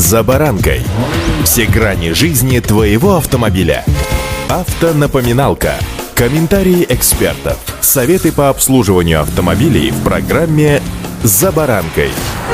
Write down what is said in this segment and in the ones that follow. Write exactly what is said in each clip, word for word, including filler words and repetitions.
«За баранкой». Все грани жизни твоего автомобиля. Автонапоминалка. Комментарии экспертов. Советы по обслуживанию автомобилей в программе «За баранкой».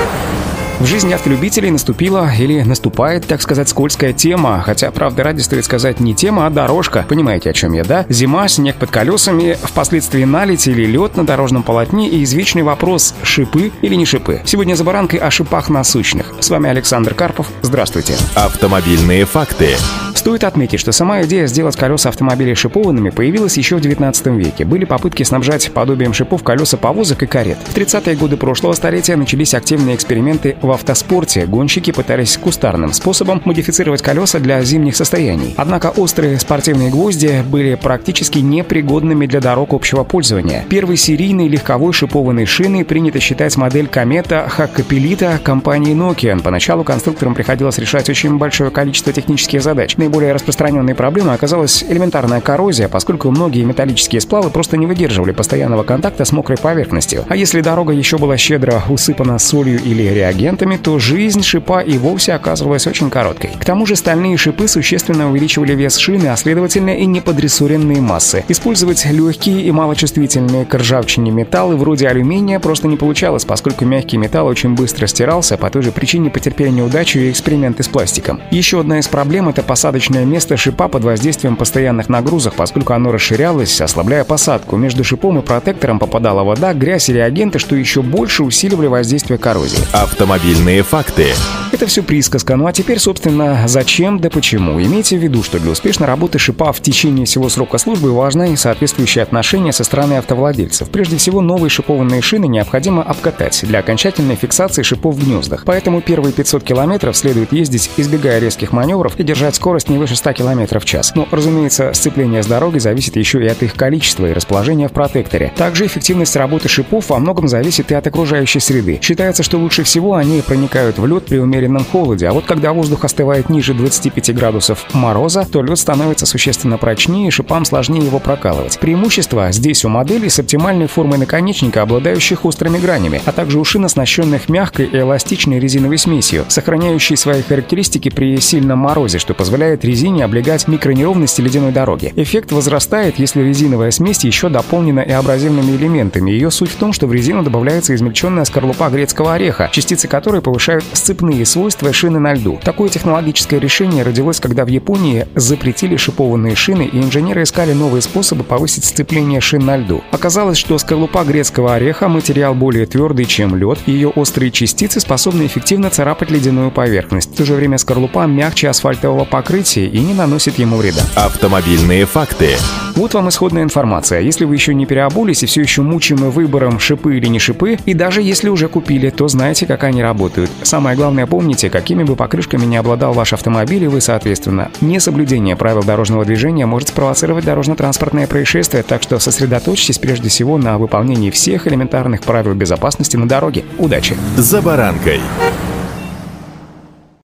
В жизни автолюбителей наступила или наступает, так сказать, скользкая тема. Хотя, правда, ради стоит сказать не тема, а дорожка. Понимаете, о чем я, да? Зима, снег под колесами, впоследствии наледь или лед на дорожном полотне и извечный вопрос – шипы или не шипы. Сегодня за баранкой о шипах насущных. С вами Александр Карпов. Здравствуйте. Автомобильные факты. Стоит отметить, что сама идея сделать колеса автомобилей шипованными появилась еще в девятнадцатом веке. Были попытки снабжать подобием шипов колеса повозок и карет. В тридцатые годы прошлого столетия начались активные эксперименты в автоспорте. Гонщики пытались кустарным способом модифицировать колеса для зимних состояний. Однако острые спортивные гвозди были практически непригодными для дорог общего пользования. Первой серийной легковой шипованной шиной принято считать модель Комета Hakkapeliitta компании Nokian. Поначалу конструкторам приходилось решать очень большое количество технических задач. Наиболее распространенной проблемой оказалась элементарная коррозия, поскольку многие металлические сплавы просто не выдерживали постоянного контакта с мокрой поверхностью. А если дорога еще была щедро усыпана солью или реагентами, то жизнь шипа и вовсе оказывалась очень короткой. К тому же стальные шипы существенно увеличивали вес шины, а следовательно и неподрессоренные массы. Использовать легкие и малочувствительные к ржавчине металлы вроде алюминия просто не получалось, поскольку мягкий металл очень быстро стирался, по той же причине потерпели неудачу и эксперименты с пластиком. Еще одна из проблем — это посадочное место шипа под воздействием постоянных нагрузок, поскольку оно расширялось, ослабляя посадку. Между шипом и протектором попадала вода, грязь и реагенты, что еще больше усиливали воздействие коррозии. Автомобильные факты. Это все присказка. Ну а теперь, собственно, зачем да почему? Имейте в виду, что для успешной работы шипа в течение всего срока службы важно и соответствующее отношение со стороны автовладельцев. Прежде всего, новые шипованные шины необходимо обкатать для окончательной фиксации шипов в гнездах. Поэтому первые пятьсот километров следует ездить, избегая резких маневров, и держать скорость не выше ста километров в час. Но, разумеется, сцепление с дорогой зависит еще и от их количества и расположения в протекторе. Также эффективность работы шипов во многом зависит и от окружающей среды. Считается, что лучше всего они проникают в лед при умеренном холоде, а вот когда воздух остывает ниже двадцати пяти градусов мороза, то лед становится существенно прочнее и шипам сложнее его прокалывать. Преимущество здесь у моделей с оптимальной формой наконечника, обладающих острыми гранями, а также у шин, оснащенных мягкой и эластичной резиновой смесью, сохраняющей свои характеристики при сильном морозе, что позволяет резине облегать микронеровности ледяной дороги. Эффект возрастает, если резиновая смесь еще дополнена и абразивными элементами. Ее суть в том, что в резину добавляется измельченная скорлупа грецкого ореха, частицы которой повышают сцепные свойства шины на льду. Такое технологическое решение родилось, когда в Японии запретили шипованные шины, и инженеры искали новые способы повысить сцепление шин на льду. Оказалось, что скорлупа грецкого ореха — материал более твердый, чем лед, и ее острые частицы способны эффективно царапать ледяную поверхность. В то же время скорлупа мягче асфальтового покрытия и не наносит ему вреда. Автомобильные факты. Вот вам исходная информация. Если вы еще не переобулись и все еще мучимы выбором, шипы или не шипы, и даже если уже купили, то знаете, как они работают. Самое главное, помните, какими бы покрышками не обладал ваш автомобиль, и вы, соответственно, несоблюдение правил дорожного движения может спровоцировать дорожно-транспортное происшествие, так что сосредоточьтесь прежде всего на выполнении всех элементарных правил безопасности на дороге. Удачи! За баранкой.